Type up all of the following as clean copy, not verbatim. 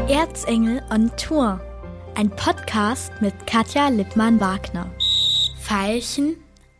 Erzengel on Tour, ein Podcast mit Katja Lippmann-Wagner. Veilchen,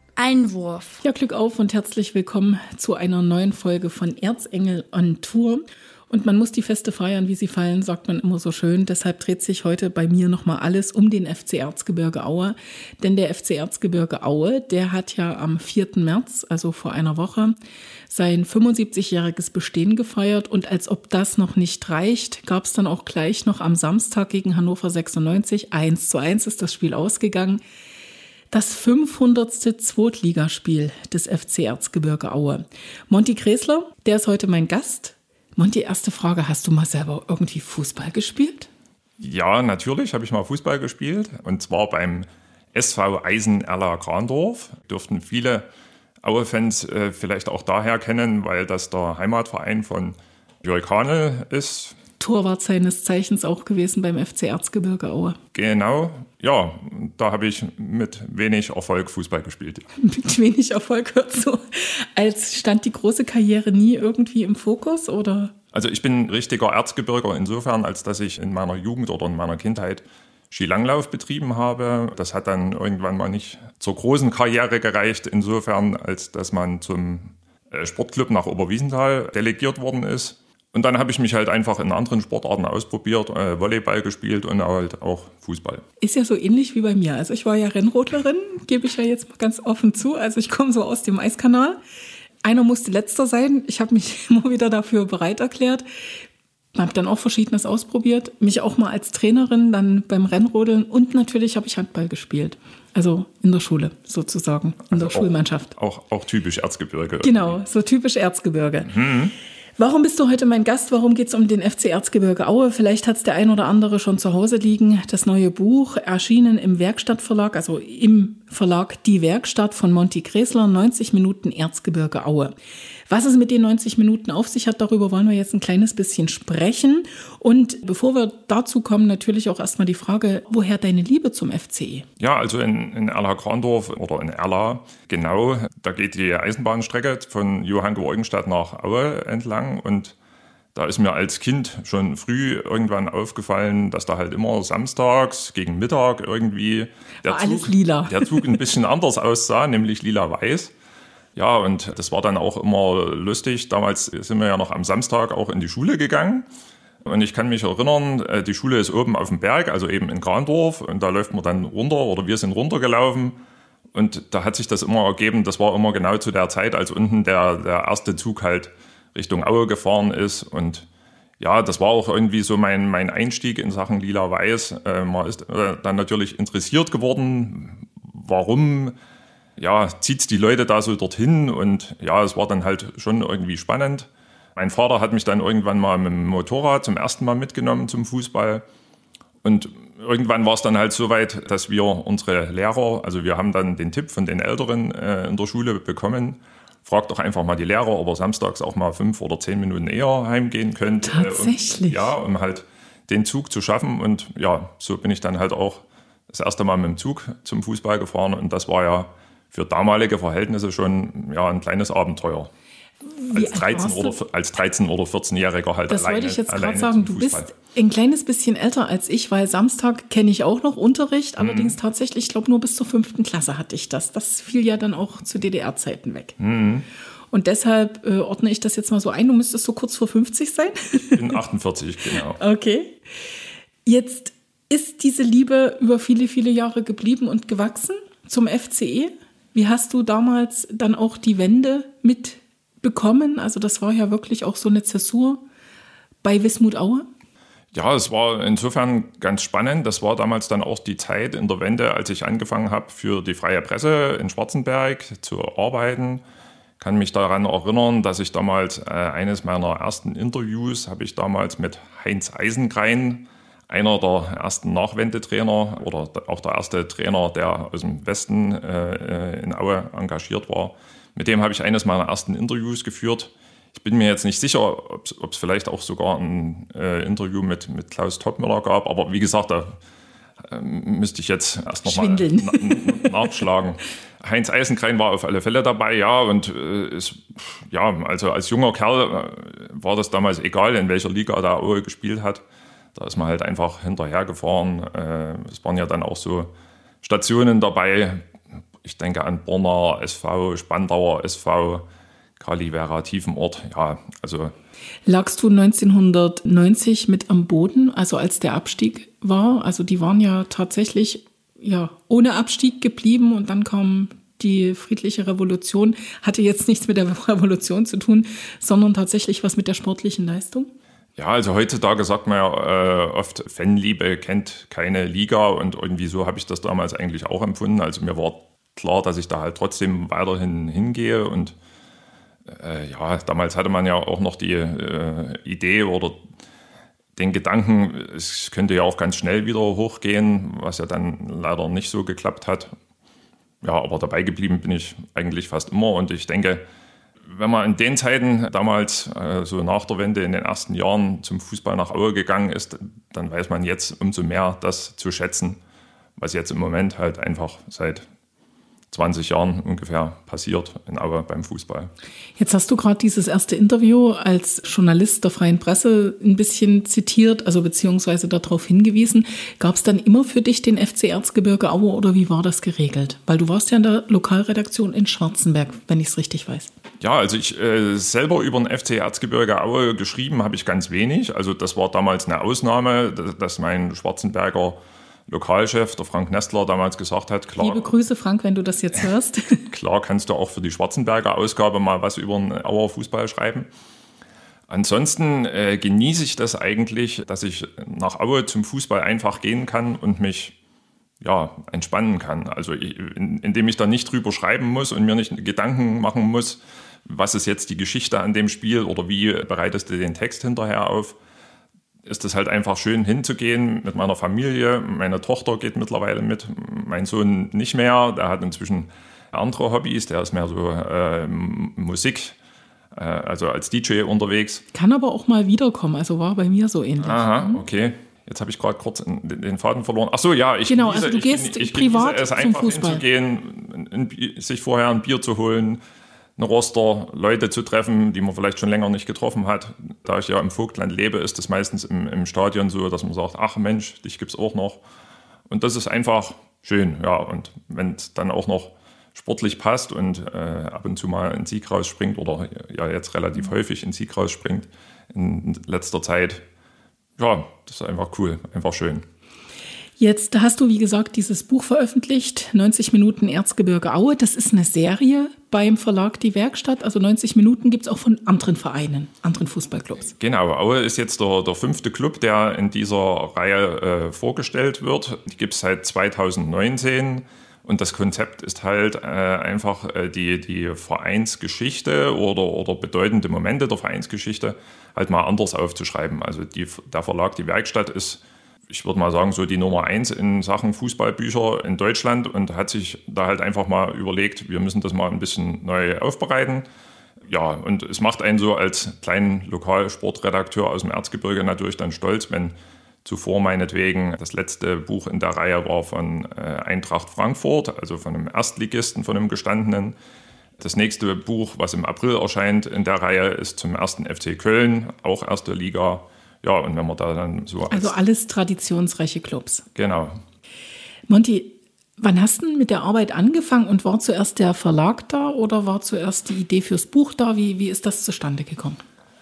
Einwurf. Ja, Glück auf und herzlich willkommen zu einer neuen Folge von Erzengel on Tour. Und man muss die Feste feiern, wie sie fallen, sagt man immer so schön. Deshalb dreht sich heute bei mir nochmal alles um den FC Erzgebirge Aue. Denn der FC Erzgebirge Aue, der hat ja am 4. März, also vor einer Woche, sein 75-jähriges Bestehen gefeiert. Und als ob das noch nicht reicht, gab es dann auch gleich noch am Samstag gegen Hannover 96, 1:1 ist das Spiel ausgegangen, das 500. Zweitligaspiel des FC Erzgebirge Aue. Monty Kresler, der ist heute mein Gast. Monty, erste Frage, hast du mal selber irgendwie Fußball gespielt? Ja, natürlich habe ich mal Fußball gespielt und zwar beim SV Eisen Erla Krandorf. Dürften viele Aue-Fans vielleicht auch daher kennen, weil das der Heimatverein von Jörg Hanel ist. Torwart seines Zeichens auch gewesen beim FC Erzgebirge Aue. Genau, ja, da habe ich mit wenig Erfolg Fußball gespielt. Mit wenig Erfolg, hört so. Als stand die große Karriere nie irgendwie im Fokus, oder? Also ich bin richtiger Erzgebirger insofern, als dass ich in meiner Jugend oder in meiner Kindheit Skilanglauf betrieben habe. Das hat dann irgendwann mal nicht zur großen Karriere gereicht, insofern, als dass man zum Sportclub nach Oberwiesenthal delegiert worden ist. Und dann habe ich mich halt einfach in anderen Sportarten ausprobiert, Volleyball gespielt und halt auch Fußball. Ist ja so ähnlich wie bei mir. Also ich war ja Rennrodlerin, gebe ich ja jetzt mal ganz offen zu. Also ich komme so aus dem Eiskanal. Einer musste letzter sein. Ich habe mich immer wieder dafür bereit erklärt. Habe dann auch Verschiedenes ausprobiert. Mich auch mal als Trainerin dann beim Rennrodeln. Und natürlich habe ich Handball gespielt. Also in der Schule sozusagen, in der Schulmannschaft. Auch typisch Erzgebirge. Genau, so typisch Erzgebirge. Warum bist du heute mein Gast? Warum geht es um den FC Erzgebirge Aue? Vielleicht hat es der ein oder andere schon zu Hause liegen. Das neue Buch, erschienen im Werkstattverlag, also im Verlag Die Werkstatt von Monty Kresler, 90 Minuten Erzgebirge Aue. Was es mit den 90 Minuten auf sich hat, darüber wollen wir jetzt ein kleines bisschen sprechen. Und bevor wir dazu kommen, natürlich auch erstmal die Frage, woher deine Liebe zum FC? Ja, also in Erla Krandorf oder in Erla, genau, da geht die Eisenbahnstrecke von Johanngeorgenstadt nach Aue entlang und da ist mir als Kind schon früh irgendwann aufgefallen, dass da halt immer samstags gegen Mittag irgendwie der Zug ein bisschen anders aussah, nämlich lila-weiß. Ja, und das war dann auch immer lustig. Damals sind wir ja noch am Samstag auch in die Schule gegangen. Und ich kann mich erinnern, die Schule ist oben auf dem Berg, also eben in Krandorf. Und da läuft man dann runter oder wir sind runtergelaufen. Und da hat sich das immer ergeben, das war immer genau zu der Zeit, als unten der erste Zug halt Richtung Aue gefahren ist. Und ja, das war auch irgendwie so mein Einstieg in Sachen Lila-Weiß. Man ist dann natürlich interessiert geworden, warum zieht's die Leute da so dorthin? Und ja, es war dann halt schon irgendwie spannend. Mein Vater hat mich dann irgendwann mal mit dem Motorrad zum ersten Mal mitgenommen zum Fußball. Und irgendwann war es dann halt so weit, dass wir unsere Lehrer, also wir haben dann den Tipp von den Älteren in der Schule bekommen, fragt doch einfach mal die Lehrer, ob ihr samstags auch mal 5 oder 10 Minuten eher heimgehen könnt. Tatsächlich? Um halt den Zug zu schaffen. Und ja, so bin ich dann halt auch das erste Mal mit dem Zug zum Fußball gefahren. Und das war ja für damalige Verhältnisse schon ein kleines Abenteuer. Als 13- oder 14-Jähriger halt. Das wollte ich jetzt gerade sagen. Du bist ein kleines bisschen älter als ich, weil Samstag kenne ich auch noch Unterricht. Allerdings tatsächlich, ich glaube, nur bis zur 5. Klasse hatte ich das. Das fiel ja dann auch zu DDR-Zeiten weg. Und deshalb ordne ich das jetzt mal so ein. Du müsstest so kurz vor 50 sein. Ich bin 48, genau. Okay. Jetzt ist diese Liebe über viele, viele Jahre geblieben und gewachsen zum FCE. Wie hast du damals dann auch die Wende mitbekommen? Also das war ja wirklich auch so eine Zäsur bei Wismut Aue. Ja, es war insofern ganz spannend. Das war damals dann auch die Zeit in der Wende, als ich angefangen habe, für die Freie Presse in Schwarzenberg zu arbeiten. Ich kann mich daran erinnern, dass ich damals eines meiner ersten Interviews habe ich damals mit Heinz Eisenkrein, einer der ersten Nachwendetrainer oder auch der erste Trainer, der aus dem Westen in Aue engagiert war. Mit dem habe ich eines meiner ersten Interviews geführt. Ich bin mir jetzt nicht sicher, ob es vielleicht auch sogar ein Interview mit Klaus Toppmöller gab. Aber wie gesagt, da müsste ich jetzt erst nochmal nachschlagen. Heinz Eisenkrein war auf alle Fälle dabei, ja. Und also als junger Kerl war das damals egal, in welcher Liga der Aue gespielt hat. Da ist man halt einfach hinterhergefahren. Es waren ja dann auch so Stationen dabei. Ich denke an Borna SV, Spandauer SV, Calivera, Tiefenort. Ja, also. Lagst du 1990 mit am Boden, also als der Abstieg war? Also die waren ja tatsächlich ohne Abstieg geblieben und dann kam die friedliche Revolution. Hatte jetzt nichts mit der Revolution zu tun, sondern tatsächlich was mit der sportlichen Leistung? Ja, also heutzutage sagt man ja oft, Fanliebe kennt keine Liga und irgendwie so habe ich das damals eigentlich auch empfunden. Also mir war klar, dass ich da halt trotzdem weiterhin hingehe und damals hatte man ja auch noch die Idee oder den Gedanken, es könnte ja auch ganz schnell wieder hochgehen, was ja dann leider nicht so geklappt hat. Ja, aber dabei geblieben bin ich eigentlich fast immer und ich denke, wenn man in den Zeiten damals, so nach der Wende in den ersten Jahren zum Fußball nach Aue gegangen ist, dann weiß man jetzt umso mehr das zu schätzen, was jetzt im Moment halt einfach seit 20 Jahren ungefähr passiert in Aue beim Fußball. Jetzt hast du gerade dieses erste Interview als Journalist der Freien Presse ein bisschen zitiert, also beziehungsweise darauf hingewiesen. Gab es dann immer für dich den FC Erzgebirge Aue oder wie war das geregelt? Weil du warst ja in der Lokalredaktion in Schwarzenberg, wenn ich es richtig weiß. Ja, also ich selber über den FC Erzgebirge Aue geschrieben habe ich ganz wenig. Also das war damals eine Ausnahme, dass mein Schwarzenberger Lokalchef, der Frank Nestler, damals gesagt hat, klar. Liebe Grüße, Frank, wenn du das jetzt hörst. Klar kannst du auch für die Schwarzenberger Ausgabe mal was über den Auer Fußball schreiben. Ansonsten genieße ich das eigentlich, dass ich nach Aue zum Fußball einfach gehen kann und mich entspannen kann. Also indem ich da nicht drüber schreiben muss und mir nicht Gedanken machen muss, was ist jetzt die Geschichte an dem Spiel oder wie bereitest du den Text hinterher auf, ist es halt einfach schön hinzugehen mit meiner Familie. Meine Tochter geht mittlerweile mit, mein Sohn nicht mehr. Der hat inzwischen andere Hobbys, der ist mehr so Musik, also als DJ unterwegs. Kann aber auch mal wiederkommen, also war bei mir so ähnlich. Aha, okay. Jetzt habe ich gerade kurz den Faden verloren. Ach so, ja, ich genieße privat es zum einfach Fußball. Hinzugehen, sich vorher ein Bier zu holen, ein Roster, Leute zu treffen, die man vielleicht schon länger nicht getroffen hat. Da ich ja im Vogtland lebe, ist es meistens im Stadion so, dass man sagt, ach Mensch, dich gibt's auch noch. Und das ist einfach schön, ja. Und wenn es dann auch noch sportlich passt und ab und zu mal ein Sieg rausspringt oder ja jetzt relativ häufig ein Sieg rausspringt in letzter Zeit, ja, das ist einfach cool, einfach schön. Jetzt hast du, wie gesagt, dieses Buch veröffentlicht, 90 Minuten Erzgebirge Aue. Das ist eine Serie beim Verlag Die Werkstatt. Also 90 Minuten gibt es auch von anderen Vereinen, anderen Fußballclubs. Genau, Aue ist jetzt der 5. Club, der in dieser Reihe vorgestellt wird. Die gibt es seit 2019. Und das Konzept ist halt einfach die Vereinsgeschichte oder bedeutende Momente der Vereinsgeschichte halt mal anders aufzuschreiben. Also der Verlag Die Werkstatt ist, ich würde mal sagen, so die Nummer 1 in Sachen Fußballbücher in Deutschland und hat sich da halt einfach mal überlegt, wir müssen das mal ein bisschen neu aufbereiten. Ja, und es macht einen so als kleinen Lokalsportredakteur aus dem Erzgebirge natürlich dann stolz, wenn zuvor meinetwegen das letzte Buch in der Reihe war von Eintracht Frankfurt, also von einem Erstligisten, von einem Gestandenen. Das nächste Buch, was im April erscheint in der Reihe, ist zum 1. FC Köln, auch erste Liga. Ja, und wenn man da dann so... Also alles traditionsreiche Clubs. Genau. Monty, wann hast du mit der Arbeit angefangen und war zuerst der Verlag da oder war zuerst die Idee fürs Buch da? Wie ist das zustande gekommen?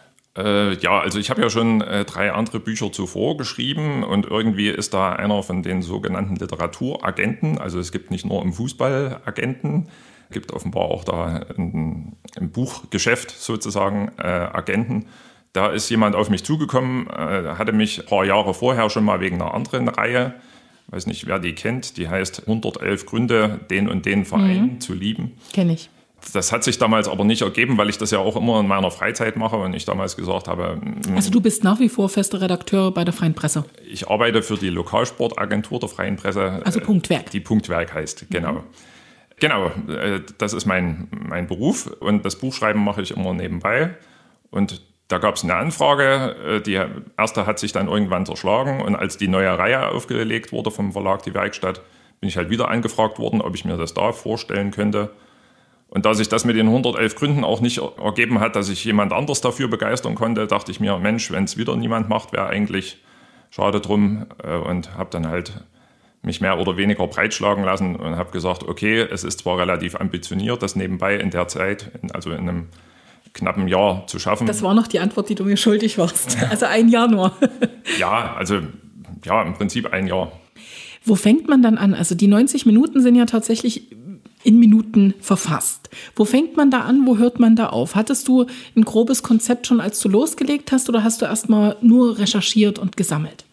Also ich habe ja schon 3 andere Bücher zuvor geschrieben und irgendwie ist da einer von den sogenannten Literaturagenten, also es gibt nicht nur im Fußball Agenten, es gibt offenbar auch da im Buchgeschäft sozusagen Agenten. Da ist jemand auf mich zugekommen, hatte mich ein paar Jahre vorher schon mal wegen einer anderen Reihe, weiß nicht, wer die kennt, die heißt 111 Gründe, den und den Verein zu lieben. Kenne ich. Das hat sich damals aber nicht ergeben, weil ich das ja auch immer in meiner Freizeit mache und ich damals gesagt habe... Also du bist nach wie vor fester Redakteur bei der Freien Presse? Ich arbeite für die Lokalsportagentur der Freien Presse. Also Punktwerk. Die Punktwerk heißt, genau. Genau, das ist mein Beruf und das Buchschreiben mache ich immer nebenbei. Und da gab es eine Anfrage, die erste hat sich dann irgendwann zerschlagen und als die neue Reihe aufgelegt wurde vom Verlag Die Werkstatt, bin ich halt wieder angefragt worden, ob ich mir das da vorstellen könnte. Und da sich das mit den 111 Gründen auch nicht ergeben hat, dass ich jemand anders dafür begeistern konnte, dachte ich mir, Mensch, wenn es wieder niemand macht, wäre eigentlich schade drum und habe dann halt mich mehr oder weniger breitschlagen lassen und habe gesagt, okay, es ist zwar relativ ambitioniert, das nebenbei in der Zeit, also in einem knappen Jahr zu schaffen. Das war noch die Antwort, die du mir schuldig warst. Also ein Jahr nur. Ja, also im Prinzip ein Jahr. Wo fängt man dann an? Also die 90 Minuten sind ja tatsächlich in Minuten verfasst. Wo fängt man da an? Wo hört man da auf? Hattest du ein grobes Konzept schon, als du losgelegt hast, oder hast du erstmal nur recherchiert und gesammelt?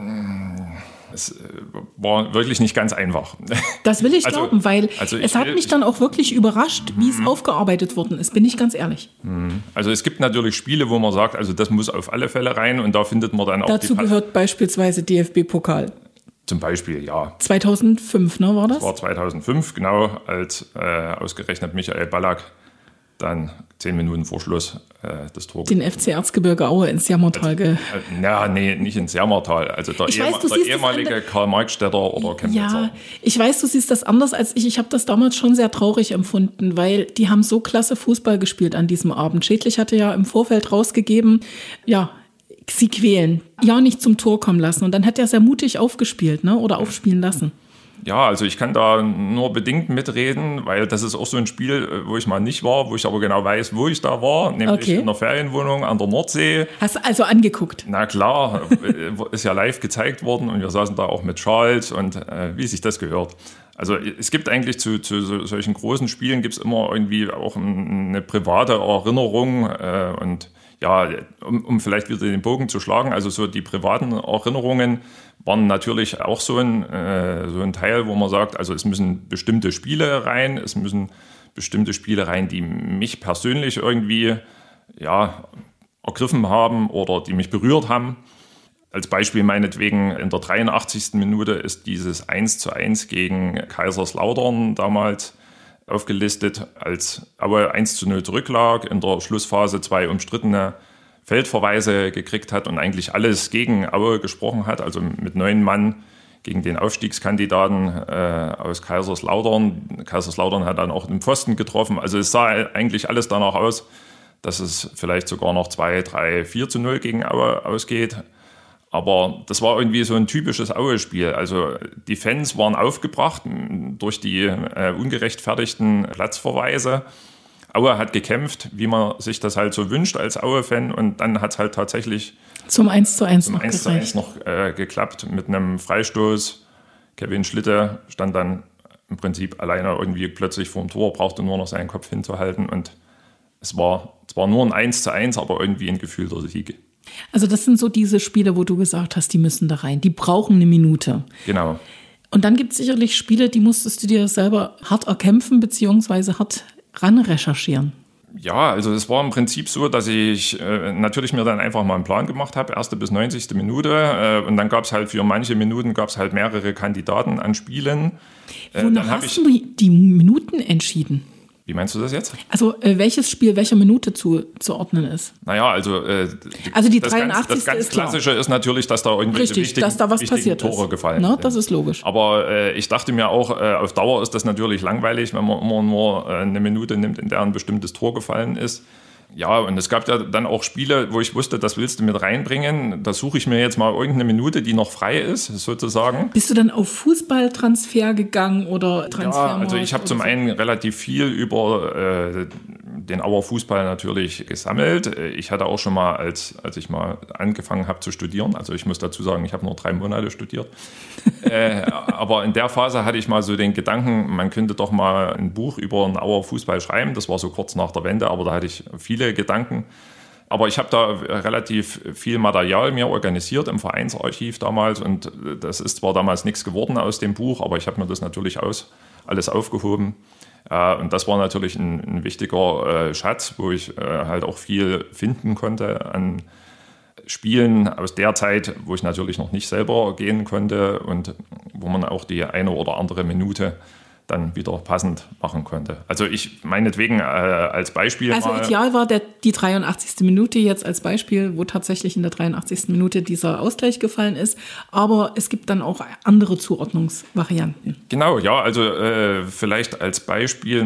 Es war wirklich nicht ganz einfach. Das will ich glauben, weil es hat mich dann auch wirklich überrascht, wie es aufgearbeitet worden ist, bin ich ganz ehrlich. Also es gibt natürlich Spiele, wo man sagt, also das muss auf alle Fälle rein und da findet man dann auch... Dazu gehört beispielsweise DFB-Pokal. Zum Beispiel, ja. 2005, ne, war das? Das war 2005, genau, als ausgerechnet Michael Ballack dann 10 Minuten vor Schluss das Tor. Den FC Erzgebirge Aue ins Jammertal nee, nicht ins Jammertal. Also der ehemalige Karl-Marx-Städter oder Chemnitzer. Ja, ich weiß, du siehst das anders als ich. Ich habe das damals schon sehr traurig empfunden, weil die haben so klasse Fußball gespielt an diesem Abend. Schädlich hatte ja im Vorfeld rausgegeben, ja, sie quälen, ja nicht zum Tor kommen lassen. Und dann hat er sehr mutig aufgespielt, ne, oder aufspielen lassen. Ja, also ich kann da nur bedingt mitreden, weil das ist auch so ein Spiel, wo ich mal nicht war, wo ich aber genau weiß, wo ich da war, nämlich in der Ferienwohnung an der Nordsee. Hast du also angeguckt? Na klar, ist ja live gezeigt worden und wir saßen da auch mit Charles und wie sich das gehört. Also es gibt eigentlich zu solchen großen Spielen gibt's immer irgendwie auch eine private Erinnerung und ja, um vielleicht wieder den Bogen zu schlagen, also so die privaten Erinnerungen waren natürlich auch so ein Teil, wo man sagt, also es müssen bestimmte Spiele rein, die mich persönlich irgendwie ergriffen haben oder die mich berührt haben. Als Beispiel meinetwegen in der 83. Minute ist dieses 1:1 gegen Kaiserslautern damals aufgelistet, als Aue 1:0 zurücklag, in der Schlussphase 2 umstrittene Feldverweise gekriegt hat und eigentlich alles gegen Aue gesprochen hat, also mit 9 Mann gegen den Aufstiegskandidaten aus Kaiserslautern. Kaiserslautern hat dann auch den Pfosten getroffen, also es sah eigentlich alles danach aus, dass es vielleicht sogar noch 2, 3, 4:0 gegen Aue ausgeht. Aber das war irgendwie so ein typisches Aue-Spiel. Also die Fans waren aufgebracht durch die ungerechtfertigten Platzverweise. Aue hat gekämpft, wie man sich das halt so wünscht als Aue-Fan. Und dann hat es halt tatsächlich zum 1:1 noch geklappt mit einem Freistoß. Kevin Schlitte stand dann im Prinzip alleine irgendwie plötzlich vorm Tor, brauchte nur noch seinen Kopf hinzuhalten. Und es war zwar nur ein 1:1, aber irgendwie ein gefühlter Sieg. Also das sind so diese Spiele, wo du gesagt hast, die müssen da rein, die brauchen eine Minute. Genau. Und dann gibt es sicherlich Spiele, die musstest du dir selber hart erkämpfen, beziehungsweise hart ran recherchieren. Ja, also es war im Prinzip so, dass ich natürlich mir dann einfach mal einen Plan gemacht habe, 1. bis 90. Minute. Und dann gab es halt für manche Minuten mehrere Kandidaten an Spielen. Wonach hast du die Minuten entschieden? Wie meinst du das jetzt? Also welches Spiel welcher Minute zuzuordnen ist? Naja, also die 83. Das ganz Klassische ist natürlich, dass da irgendwelche wichtigen Tore gefallen sind. Das ist logisch. Aber ich dachte mir auch, auf Dauer ist das natürlich langweilig, wenn man immer nur eine Minute nimmt, in der ein bestimmtes Tor gefallen ist. Ja, und es gab ja dann auch Spiele, wo ich wusste, das willst du mit reinbringen. Da suche ich mir jetzt mal irgendeine Minute, die noch frei ist, sozusagen. Bist du dann auf Fußballtransfer gegangen oder Transfermarkt? Ja, also ich habe zum einen relativ viel über den Auer Fußball natürlich gesammelt. Ich hatte auch schon mal, als ich mal angefangen habe zu studieren, also ich muss dazu sagen, ich habe nur 3 Monate studiert, aber in der Phase hatte ich mal so den Gedanken, man könnte doch mal ein Buch über den Auer Fußball schreiben. Das war so kurz nach der Wende, aber da hatte ich viele Gedanken. Aber ich habe da relativ viel Material mir organisiert im Vereinsarchiv damals und das ist zwar damals nichts geworden aus dem Buch, aber ich habe mir das natürlich alles aufgehoben. Und das war natürlich ein wichtiger Schatz, wo ich halt auch viel finden konnte an Spielen aus der Zeit, wo ich natürlich noch nicht selber gehen konnte und wo man auch die eine oder andere Minute dann wieder passend machen konnte. Also ich meinetwegen als Beispiel. Also ideal war die 83. Minute jetzt als Beispiel, wo tatsächlich in der 83. Minute dieser Ausgleich gefallen ist. Aber es gibt dann auch andere Zuordnungsvarianten. Genau, ja, also vielleicht als Beispiel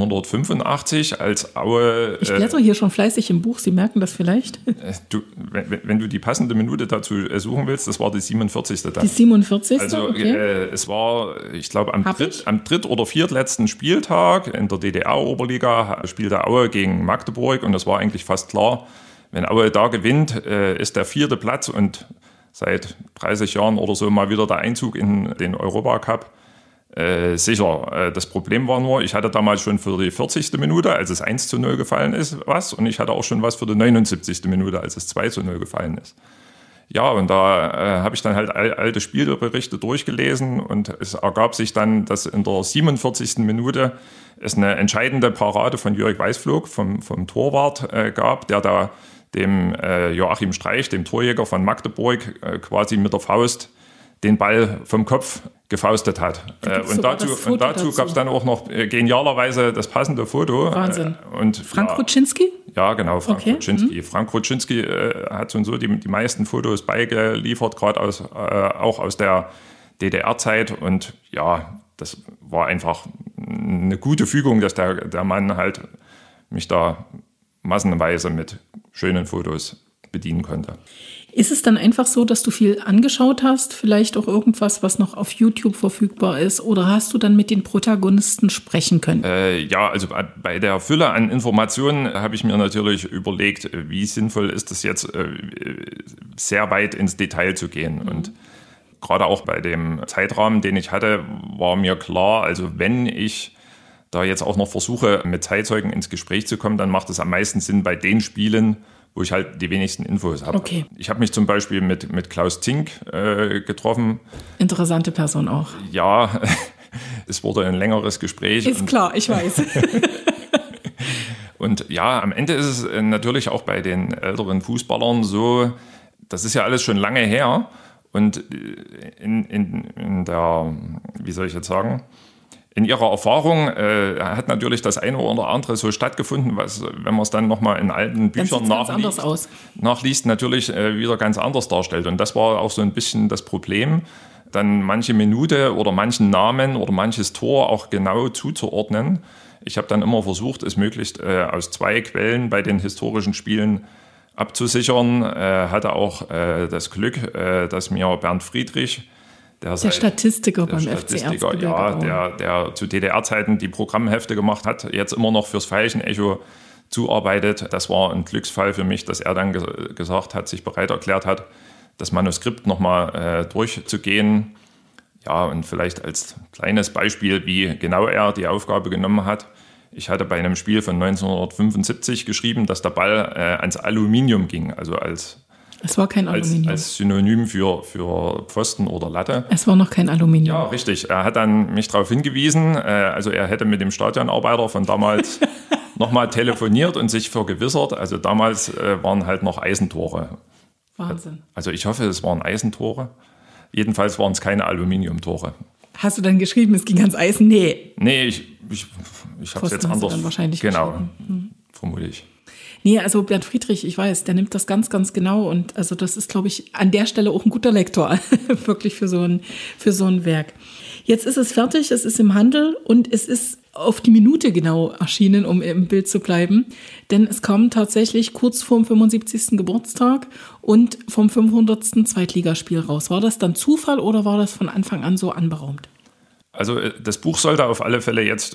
1985, als Aue... Ich blätter hier schon fleißig im Buch, Sie merken das vielleicht. Wenn du die passende Minute dazu suchen willst, das war die 47. dann. Die 47. Also okay. Es war, ich glaube, am dritt- oder viertletzten Spieltag in der DDR-Oberliga spielte Aue gegen Magdeburg und es war eigentlich fast klar, wenn Aue da gewinnt, ist der 4. Platz und seit 30 Jahren oder so mal wieder der Einzug in den Europacup sicher. Das Problem war nur, ich hatte damals schon für die 40. Minute, als es 1:0 gefallen ist, was und ich hatte auch schon was für die 79. Minute, als es 2:0 gefallen ist. Ja, und da habe ich dann halt alte Spielberichte durchgelesen und es ergab sich dann, dass in der 47. Minute es eine entscheidende Parade von Jörg Weißflog vom Torwart gab, der da dem Joachim Streich, dem Torjäger von Magdeburg, quasi mit der Faust den Ball vom Kopf gefaustet hat. Und dazu gab es dann auch noch genialerweise das passende Foto. Wahnsinn. Frank ja, Kruczynski? Ja, genau, Frank Kruczynski. Mhm. Frank Kruczynski hat so und so die meisten Fotos beigeliefert, gerade auch aus der DDR-Zeit. Und ja, das war einfach eine gute Fügung, dass der Mann halt mich da massenweise mit schönen Fotos bedienen konnte. Ist es dann einfach so, dass du viel angeschaut hast, vielleicht auch irgendwas, was noch auf YouTube verfügbar ist, oder hast du dann mit den Protagonisten sprechen können? Ja, also bei der Fülle an Informationen habe ich mir natürlich überlegt, wie sinnvoll ist es jetzt, sehr weit ins Detail zu gehen. Und gerade auch bei dem Zeitrahmen, den ich hatte, war mir klar, also wenn ich da jetzt auch noch versuche, mit Zeitzeugen ins Gespräch zu kommen, dann macht es am meisten Sinn bei den Spielen, wo ich halt die wenigsten Infos habe. Okay. Ich habe mich zum Beispiel mit Klaus Zink getroffen. Interessante Person auch. Ja, es wurde ein längeres Gespräch. Ist klar, ich weiß. Und ja, am Ende ist es natürlich auch bei den älteren Fußballern so, das ist ja alles schon lange her. Und in der, wie soll ich jetzt sagen, in ihrer Erfahrung hat natürlich das eine oder andere so stattgefunden, was, wenn man es dann nochmal in alten Büchern nachliest, natürlich wieder ganz anders darstellt. Und das war auch so ein bisschen das Problem, dann manche Minute oder manchen Namen oder manches Tor auch genau zuzuordnen. Ich habe dann immer versucht, es möglichst aus 2 Quellen bei den historischen Spielen abzusichern. Hatte auch das Glück, dass mir Bernd Friedrich, der Statistiker beim FC Erzgebirge, ja, der zu DDR-Zeiten die Programmhefte gemacht hat, jetzt immer noch fürs Veilchen-Echo zuarbeitet. Das war ein Glücksfall für mich, dass er dann gesagt hat, sich bereit erklärt hat, das Manuskript nochmal durchzugehen. Ja, und vielleicht als kleines Beispiel, wie genau er die Aufgabe genommen hat. Ich hatte bei einem Spiel von 1975 geschrieben, dass der Ball ans Aluminium ging, also es war kein Aluminium. Als Synonym für Pfosten oder Latte. Es war noch kein Aluminium. Ja, richtig. Er hat dann mich darauf hingewiesen, also er hätte mit dem Stadionarbeiter von damals nochmal telefoniert und sich vergewissert. Also damals waren halt noch Eisentore. Wahnsinn. Also ich hoffe, es waren Eisentore. Jedenfalls waren es keine Aluminiumtore. Hast du dann geschrieben, es ging ans Eisen? Nee. Nee, ich habe es jetzt anders. Dann wahrscheinlich vermute ich. Nee, also Bernd Friedrich, ich weiß, der nimmt das ganz, ganz genau und also das ist, glaube ich, an der Stelle auch ein guter Lektor, wirklich für so ein Werk. Jetzt ist es fertig, es ist im Handel und es ist auf die Minute genau erschienen, um im Bild zu bleiben, denn es kam tatsächlich kurz vorm 75. Geburtstag und vom 500. Zweitligaspiel raus. War das dann Zufall oder war das von Anfang an so anberaumt? Also das Buch sollte auf alle Fälle jetzt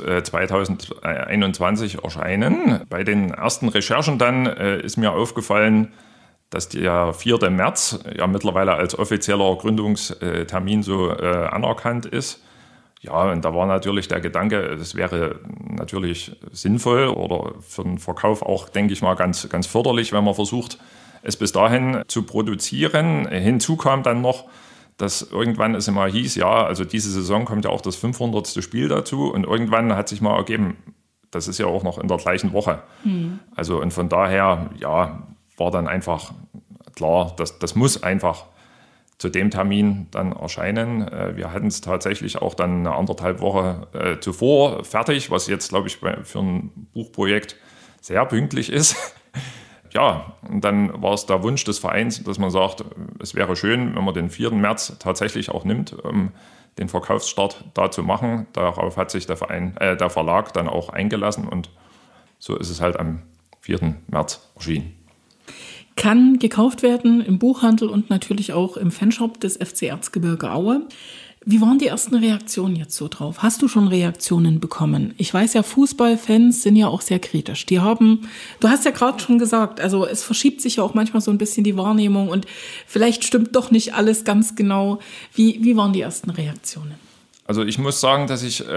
2021 erscheinen. Bei den ersten Recherchen dann ist mir aufgefallen, dass der 4. März ja mittlerweile als offizieller Gründungstermin so anerkannt ist. Ja, und da war natürlich der Gedanke, es wäre natürlich sinnvoll oder für den Verkauf auch, denke ich mal, ganz, ganz förderlich, wenn man versucht, es bis dahin zu produzieren. Hinzu kam dann noch, dass irgendwann es immer hieß, ja, also diese Saison kommt ja auch das 500. Spiel dazu und irgendwann hat sich mal ergeben, das ist ja auch noch in der gleichen Woche. Also und von daher, ja, war dann einfach klar, das muss einfach zu dem Termin dann erscheinen. Wir hatten es tatsächlich auch dann eine 1,5 Woche zuvor fertig, was jetzt, glaube ich, für ein Buchprojekt sehr pünktlich ist. Ja, und dann war es der Wunsch des Vereins, dass man sagt, es wäre schön, wenn man den 4. März tatsächlich auch nimmt, um den Verkaufsstart da zu machen. Darauf hat sich der Verlag dann auch eingelassen und so ist es halt am 4. März erschienen. Kann gekauft werden im Buchhandel und natürlich auch im Fanshop des FC Erzgebirge Aue. Wie waren die ersten Reaktionen jetzt so drauf? Hast du schon Reaktionen bekommen? Ich weiß ja, Fußballfans sind ja auch sehr kritisch. Du hast ja gerade schon gesagt, also es verschiebt sich ja auch manchmal so ein bisschen die Wahrnehmung und vielleicht stimmt doch nicht alles ganz genau. Wie waren die ersten Reaktionen? Also ich muss sagen, dass ich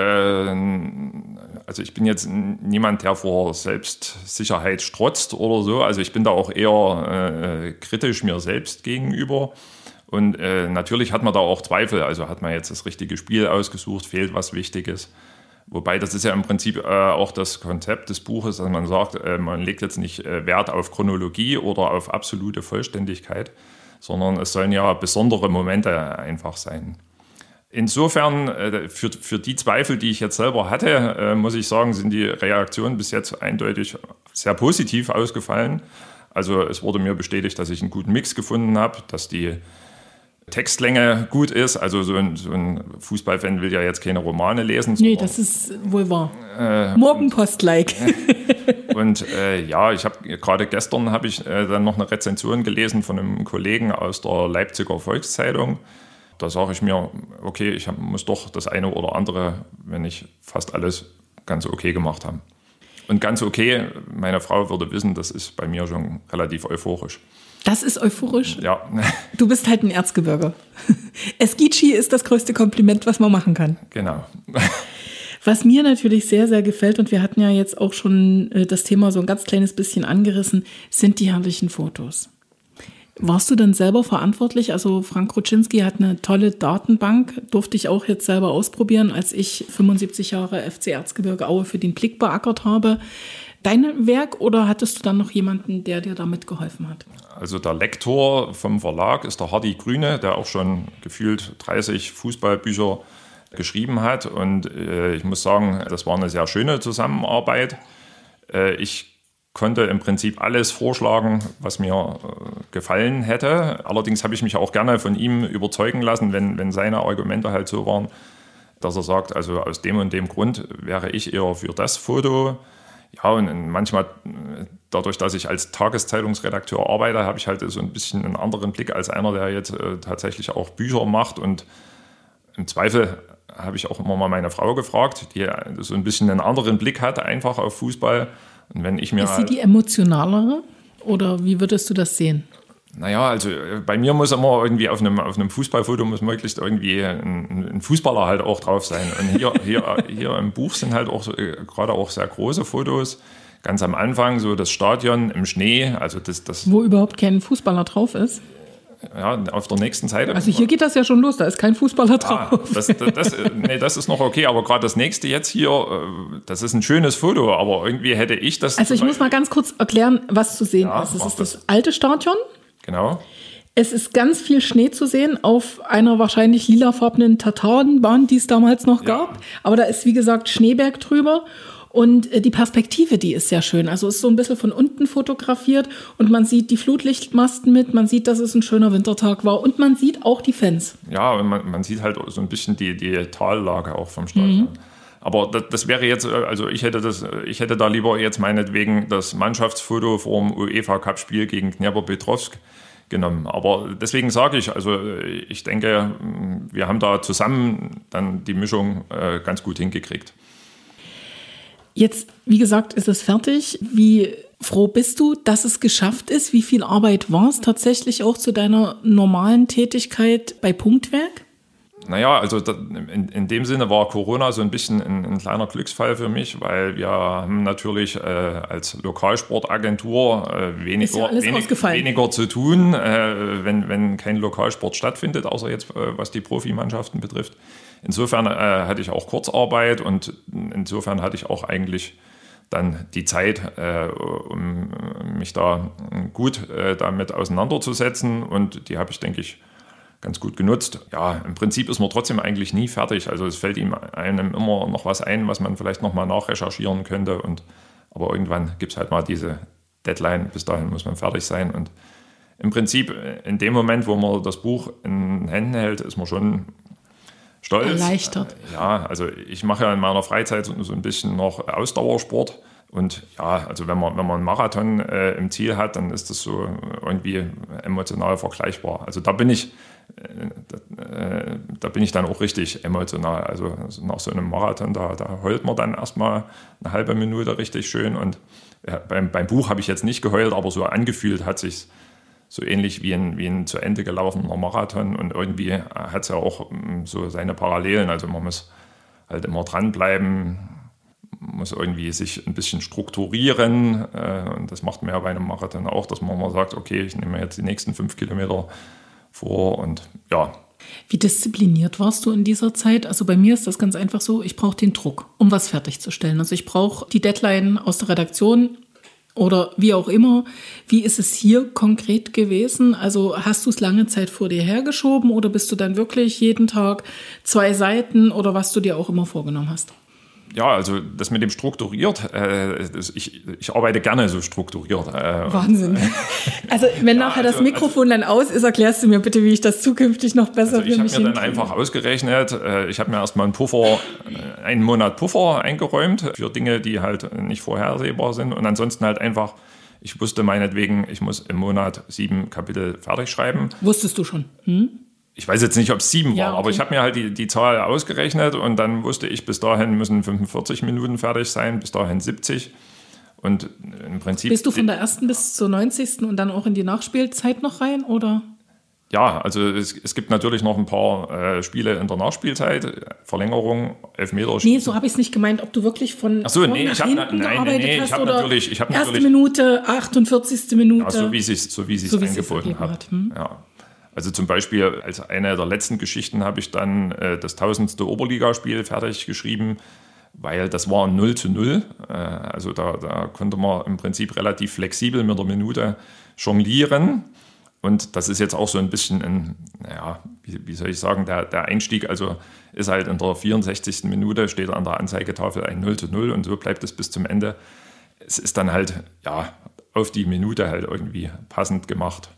bin jetzt niemand, der vor Selbstsicherheit strotzt oder so. Also ich bin da auch eher kritisch mir selbst gegenüber. Und natürlich hat man da auch Zweifel. Also hat man jetzt das richtige Spiel ausgesucht, fehlt was Wichtiges. Wobei das ist ja im Prinzip auch das Konzept des Buches, dass man sagt, man legt jetzt nicht Wert auf Chronologie oder auf absolute Vollständigkeit, sondern es sollen ja besondere Momente einfach sein. Insofern, für die Zweifel, die ich jetzt selber hatte, muss ich sagen, sind die Reaktionen bis jetzt eindeutig sehr positiv ausgefallen. Also es wurde mir bestätigt, dass ich einen guten Mix gefunden habe, dass die Textlänge gut ist. Also so ein Fußballfan will ja jetzt keine Romane lesen. Nee, das ist wohl wahr. Morgenpost-like. Und ja, ich habe gerade gestern habe ich dann noch eine Rezension gelesen von einem Kollegen aus der Leipziger Volkszeitung. Da sage ich mir, okay, ich muss doch das eine oder andere, wenn nicht fast alles, ganz okay gemacht haben. Und ganz okay, meine Frau würde wissen, das ist bei mir schon relativ euphorisch. Das ist euphorisch? Ja. Du bist halt ein Erzgebirger. Esgici ist das größte Kompliment, was man machen kann. Genau. Was mir natürlich sehr, sehr gefällt, und wir hatten ja jetzt auch schon das Thema so ein ganz kleines bisschen angerissen, sind die herrlichen Fotos. Warst du denn selber verantwortlich? Also Frank Kruczynski hat eine tolle Datenbank, durfte ich auch jetzt selber ausprobieren, als ich 75 Jahre FC Erzgebirge Aue für den Blick beackert habe. Dein Werk oder hattest du dann noch jemanden, der dir da mitgeholfen hat? Also der Lektor vom Verlag ist der Hardy Grüne, der auch schon gefühlt 30 Fußballbücher geschrieben hat. Und ich muss sagen, das war eine sehr schöne Zusammenarbeit. Ich konnte im Prinzip alles vorschlagen, was mir gefallen hätte. Allerdings habe ich mich auch gerne von ihm überzeugen lassen, wenn seine Argumente halt so waren, dass er sagt, also aus dem und dem Grund wäre ich eher für das Foto. Ja, und manchmal, dadurch, dass ich als Tageszeitungsredakteur arbeite, habe ich halt so ein bisschen einen anderen Blick als einer, der jetzt tatsächlich auch Bücher macht. Und im Zweifel habe ich auch immer mal meine Frau gefragt, die so ein bisschen einen anderen Blick hat, einfach auf Fußball. Und wenn ich mir ist sie die emotionalere oder wie würdest du das sehen? Naja, also bei mir muss immer irgendwie auf einem Fußballfoto muss möglichst irgendwie ein Fußballer halt auch drauf sein. Und hier im Buch sind halt auch gerade auch sehr große Fotos. Ganz am Anfang so das Stadion im Schnee, also das wo überhaupt kein Fußballer drauf ist. Ja, auf der nächsten Seite. Also hier geht das ja schon los, da ist kein Fußballer drauf. Das ist noch okay, aber gerade das nächste jetzt hier, das ist ein schönes Foto, aber irgendwie hätte ich das... Also ich muss mal ganz kurz erklären, was zu sehen ist. Es ist das alte Stadion. Genau. Es ist ganz viel Schnee zu sehen auf einer wahrscheinlich lilafarbenen Tartanbahn, die es damals noch gab. Aber da ist, wie gesagt, Schneeberg drüber. Und die Perspektive, die ist sehr schön. Also es ist so ein bisschen von unten fotografiert und man sieht die Flutlichtmasten mit, man sieht, dass es ein schöner Wintertag war und man sieht auch die Fans. Ja, und man sieht halt so ein bisschen die Tallage auch vom Stadion. Mhm. Aber das wäre jetzt, also ich hätte da lieber jetzt meinetwegen das Mannschaftsfoto vor dem UEFA-Cup-Spiel gegen Dnipropetrovsk genommen. Aber deswegen sage ich, also ich denke, wir haben da zusammen dann die Mischung ganz gut hingekriegt. Jetzt, wie gesagt, ist es fertig. Wie froh bist du, dass es geschafft ist? Wie viel Arbeit war es tatsächlich auch zu deiner normalen Tätigkeit bei Punktwerk? Naja, also in dem Sinne war Corona so ein bisschen ein kleiner Glücksfall für mich, weil wir haben natürlich als Lokalsportagentur weniger zu tun, wenn kein Lokalsport stattfindet, außer jetzt was die Profimannschaften betrifft. Insofern hatte ich auch Kurzarbeit und insofern hatte ich auch eigentlich dann die Zeit, um mich da gut damit auseinanderzusetzen. Und die habe ich, denke ich, ganz gut genutzt. Ja, im Prinzip ist man trotzdem eigentlich nie fertig. Also es fällt einem immer noch was ein, was man vielleicht nochmal nachrecherchieren könnte. Aber irgendwann gibt es halt mal diese Deadline, bis dahin muss man fertig sein. Und im Prinzip in dem Moment, wo man das Buch in Händen hält, ist man schon stolz. Erleichtert. Ja, also ich mache ja in meiner Freizeit so ein bisschen noch Ausdauersport. Und ja, also wenn man einen Marathon im Ziel hat, dann ist das so irgendwie emotional vergleichbar. Also da bin ich dann auch richtig emotional. Also nach so einem Marathon, da heult man dann erstmal eine halbe Minute richtig schön. Und beim Buch habe ich jetzt nicht geheult, aber so angefühlt hat sich so ähnlich wie ein zu Ende gelaufener Marathon. Und irgendwie hat es ja auch so seine Parallelen. Also man muss halt immer dranbleiben, muss irgendwie sich ein bisschen strukturieren. Und das macht man ja bei einem Marathon auch, dass man mal sagt, okay, ich nehme jetzt die nächsten 5 Kilometer vor und ja. Wie diszipliniert warst du in dieser Zeit? Also bei mir ist das ganz einfach so, ich brauche den Druck, um was fertigzustellen. Also ich brauche die Deadline aus der Redaktion oder wie auch immer. Wie ist es hier konkret gewesen? Also hast du es lange Zeit vor dir hergeschoben oder bist du dann wirklich jeden Tag 2 Seiten oder was du dir auch immer vorgenommen hast? Ja, also das mit dem strukturiert, ich arbeite gerne so strukturiert. Wahnsinn. Also wenn nachher das Mikrofon dann aus ist, erklärst du mir bitte, wie ich das zukünftig noch besser für mich Ich habe mir dann einfach ausgerechnet, ich habe mir erstmal einen Monat Puffer eingeräumt für Dinge, die halt nicht vorhersehbar sind und ansonsten halt einfach, ich wusste meinetwegen, ich muss im Monat 7 Kapitel fertig schreiben. Wusstest du schon? Ich weiß jetzt nicht, ob es 7 war, ja, okay. Aber ich habe mir halt die Zahl ausgerechnet und dann wusste ich, bis dahin müssen 45 Minuten fertig sein, bis dahin 70. Und im Prinzip... Bist du von der ersten bis zur 90. und dann auch in die Nachspielzeit noch rein, oder? Ja, also es gibt natürlich noch ein paar Spiele in der Nachspielzeit, Verlängerung, Elfmeterschießen. Nee, so habe ich es nicht gemeint, ob du wirklich von vorne nach hinten gearbeitet hast oder erste Minute, 48. Minute. Ja, so wie es angeboten hat. Ja. Also zum Beispiel als eine der letzten Geschichten habe ich dann das 1000. Oberligaspiel fertig geschrieben, weil das war 0:0. Also da konnte man im Prinzip relativ flexibel mit der Minute jonglieren. Und das ist jetzt auch so ein bisschen wie soll ich sagen, der Einstieg, also ist halt in der 64. Minute steht an der Anzeigetafel ein 0:0 und so bleibt es bis zum Ende. Es ist dann halt, auf die Minute halt irgendwie passend gemacht.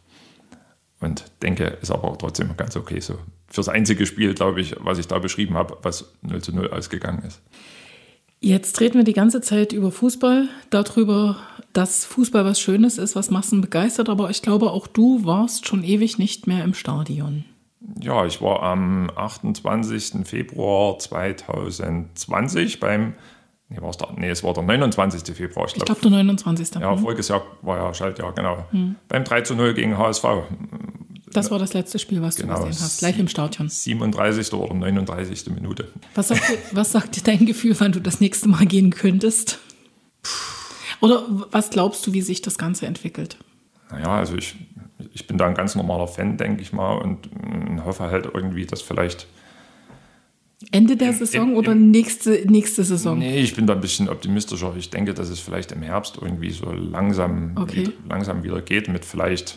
Und denke, ist aber trotzdem ganz okay so. Fürs einzige Spiel, glaube ich, was ich da beschrieben habe, was 0:0 ausgegangen ist. Jetzt reden wir die ganze Zeit über Fußball, darüber, dass Fußball was Schönes ist, was Massen begeistert. Aber ich glaube, auch du warst schon ewig nicht mehr im Stadion. Ja, ich war am 28. Februar 2020 es war der 29. Februar. Ich glaube, der 29. Ja, voriges Jahr war ja Schaltjahr, genau. Beim 3:0 gegen HSV. Das war das letzte Spiel, was du gesehen hast, live im Stadion. 37. oder 39. Minute. Was sagt dir dein Gefühl, wann du das nächste Mal gehen könntest? Oder was glaubst du, wie sich das Ganze entwickelt? Naja, also ich bin da ein ganz normaler Fan, denke ich mal, und hoffe halt irgendwie, dass vielleicht Ende der Saison oder nächste Saison? Nee, ich bin da ein bisschen optimistischer. Ich denke, dass es vielleicht im Herbst irgendwie so langsam wieder geht mit vielleicht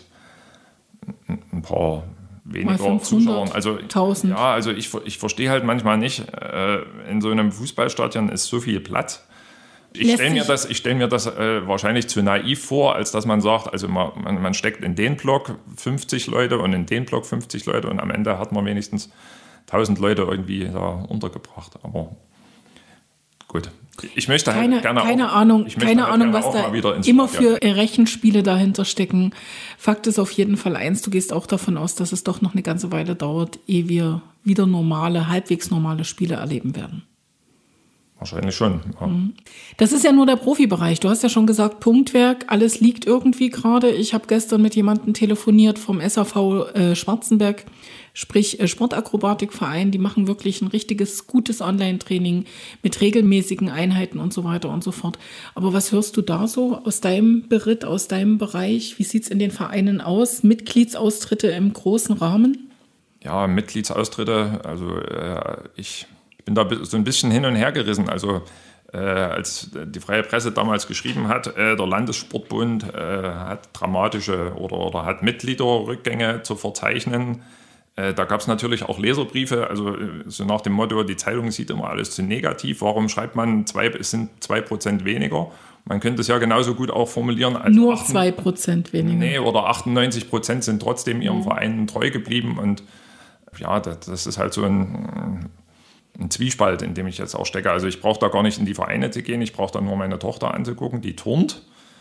ein paar weniger Zuschauern. Also 1000. Ja, also ich verstehe halt manchmal nicht, in so einem Fußballstadion ist so viel Platz. Ich stelle mir das wahrscheinlich zu naiv vor, als dass man sagt, also man steckt in den Block 50 Leute und in den Block 50 Leute und am Ende hat man wenigstens 1000 Leute irgendwie da untergebracht. Aber gut. Ich möchte keine Ahnung, was da immer für Rechenspiele dahinter stecken. Fakt ist auf jeden Fall eins, du gehst auch davon aus, dass es doch noch eine ganze Weile dauert, ehe wir wieder halbwegs normale Spiele erleben werden. Wahrscheinlich schon. Ja. Das ist ja nur der Profibereich. Du hast ja schon gesagt, Punktwerk, alles liegt irgendwie gerade. Ich habe gestern mit jemandem telefoniert vom SAV Schwarzenberg, sprich Sportakrobatikverein. Die machen wirklich ein richtiges, gutes Online-Training mit regelmäßigen Einheiten und so weiter und so fort. Aber was hörst du da so aus deinem Beritt, aus deinem Bereich? Wie sieht es in den Vereinen aus? Mitgliedsaustritte im großen Rahmen? Ja, Mitgliedsaustritte, also ich bin da so ein bisschen hin und her gerissen. Also als die Freie Presse damals geschrieben hat, der Landessportbund hat dramatische oder hat Mitgliederrückgänge zu verzeichnen, Da gab es natürlich auch Leserbriefe, also so nach dem Motto, die Zeitung sieht immer alles zu negativ. Warum schreibt man, es sind 2% weniger? Man könnte es ja genauso gut auch formulieren. Als nur 2% weniger. Nee, oder 98% sind trotzdem ihrem Verein treu geblieben. Und ja, das ist halt so ein Zwiespalt, in dem ich jetzt auch stecke. Also ich brauche da gar nicht in die Vereine zu gehen, ich brauche da nur meine Tochter anzugucken, die turnt.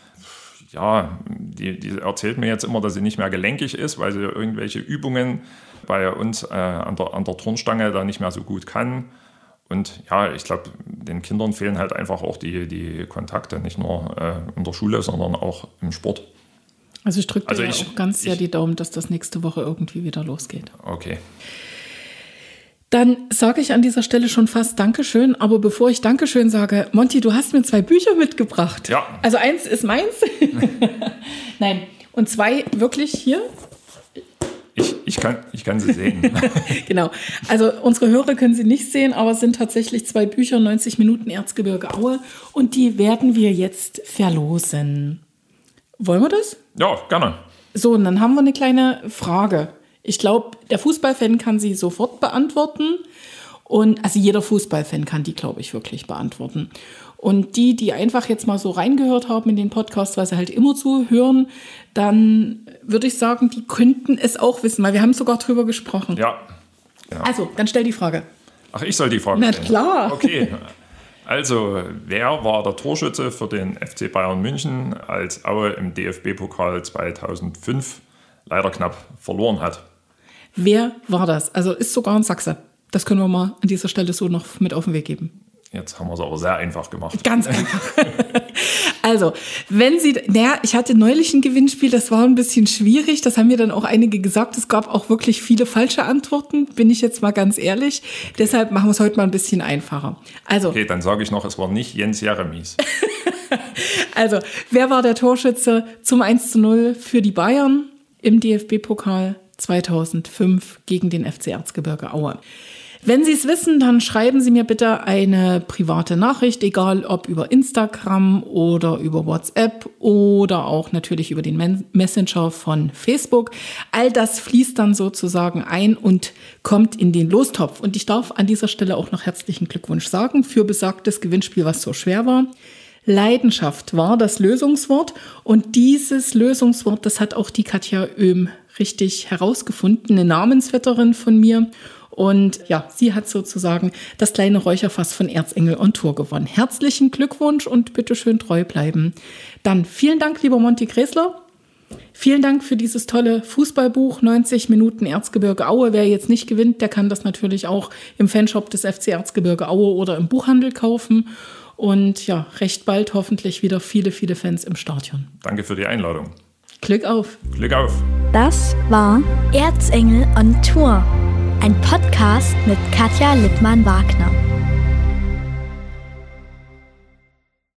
Ja, die erzählt mir jetzt immer, dass sie nicht mehr gelenkig ist, weil sie irgendwelche Übungen bei uns an der Turnstange da nicht mehr so gut kann. Und ja, ich glaube, den Kindern fehlen halt einfach auch die Kontakte, nicht nur in der Schule, sondern auch im Sport. Also ich drücke dir auch ganz sehr die Daumen, dass das nächste Woche irgendwie wieder losgeht. Okay. Dann sage ich an dieser Stelle schon fast Dankeschön, aber bevor ich Dankeschön sage, Monty, du hast mir 2 Bücher mitgebracht. Ja. Also eins ist meins. Nein, und 2 wirklich hier. Ich kann sie sehen. Genau. Also unsere Hörer können sie nicht sehen, aber es sind tatsächlich 2 Bücher, 90 Minuten Erzgebirge Aue. Und die werden wir jetzt verlosen. Wollen wir das? Ja, gerne. So, und dann haben wir eine kleine Frage. Ich glaube, der Fußballfan kann sie sofort beantworten. Und also jeder Fußballfan kann die, glaube ich, wirklich beantworten. Und die einfach jetzt mal so reingehört haben in den Podcast, weil sie halt immer zuhören, dann würde ich sagen, die könnten es auch wissen, weil wir haben sogar drüber gesprochen. Ja. Genau. Also, dann stell die Frage. Ach, ich soll die Frage stellen? Na klar. Okay. Also, wer war der Torschütze für den FC Bayern München, als Aue im DFB-Pokal 2005 leider knapp verloren hat? Wer war das? Also ist sogar ein Sachse. Das können wir mal an dieser Stelle so noch mit auf den Weg geben. Jetzt haben wir es aber sehr einfach gemacht. Ganz einfach. Also, ich hatte neulich ein Gewinnspiel, das war ein bisschen schwierig, das haben mir dann auch einige gesagt, es gab auch wirklich viele falsche Antworten, bin ich jetzt mal ganz ehrlich. Okay. Deshalb machen wir es heute mal ein bisschen einfacher. Also, okay, dann sage ich noch, es war nicht Jens Jeremies. Also, wer war der Torschütze zum 1:0 für die Bayern im DFB-Pokal 2005 gegen den FC Erzgebirge Aue? Wenn Sie es wissen, dann schreiben Sie mir bitte eine private Nachricht, egal ob über Instagram oder über WhatsApp oder auch natürlich über den Messenger von Facebook. All das fließt dann sozusagen ein und kommt in den Lostopf. Und ich darf an dieser Stelle auch noch herzlichen Glückwunsch sagen für besagtes Gewinnspiel, was so schwer war. Leidenschaft war das Lösungswort und dieses Lösungswort, das hat auch die Katja Oehm richtig herausgefunden, eine Namensvetterin von mir. Und ja, sie hat sozusagen das kleine Räucherfass von Erzengel on Tour gewonnen. Herzlichen Glückwunsch und bitte schön treu bleiben. Dann vielen Dank, lieber Monty Gräßler. Vielen Dank für dieses tolle Fußballbuch, 90 Minuten Erzgebirge Aue. Wer jetzt nicht gewinnt, der kann das natürlich auch im Fanshop des FC Erzgebirge Aue oder im Buchhandel kaufen. Und ja, recht bald hoffentlich wieder viele, viele Fans im Stadion. Danke für die Einladung. Glück auf. Glück auf. Das war Erzengel on Tour. Ein Podcast mit Katja Lippmann-Wagner.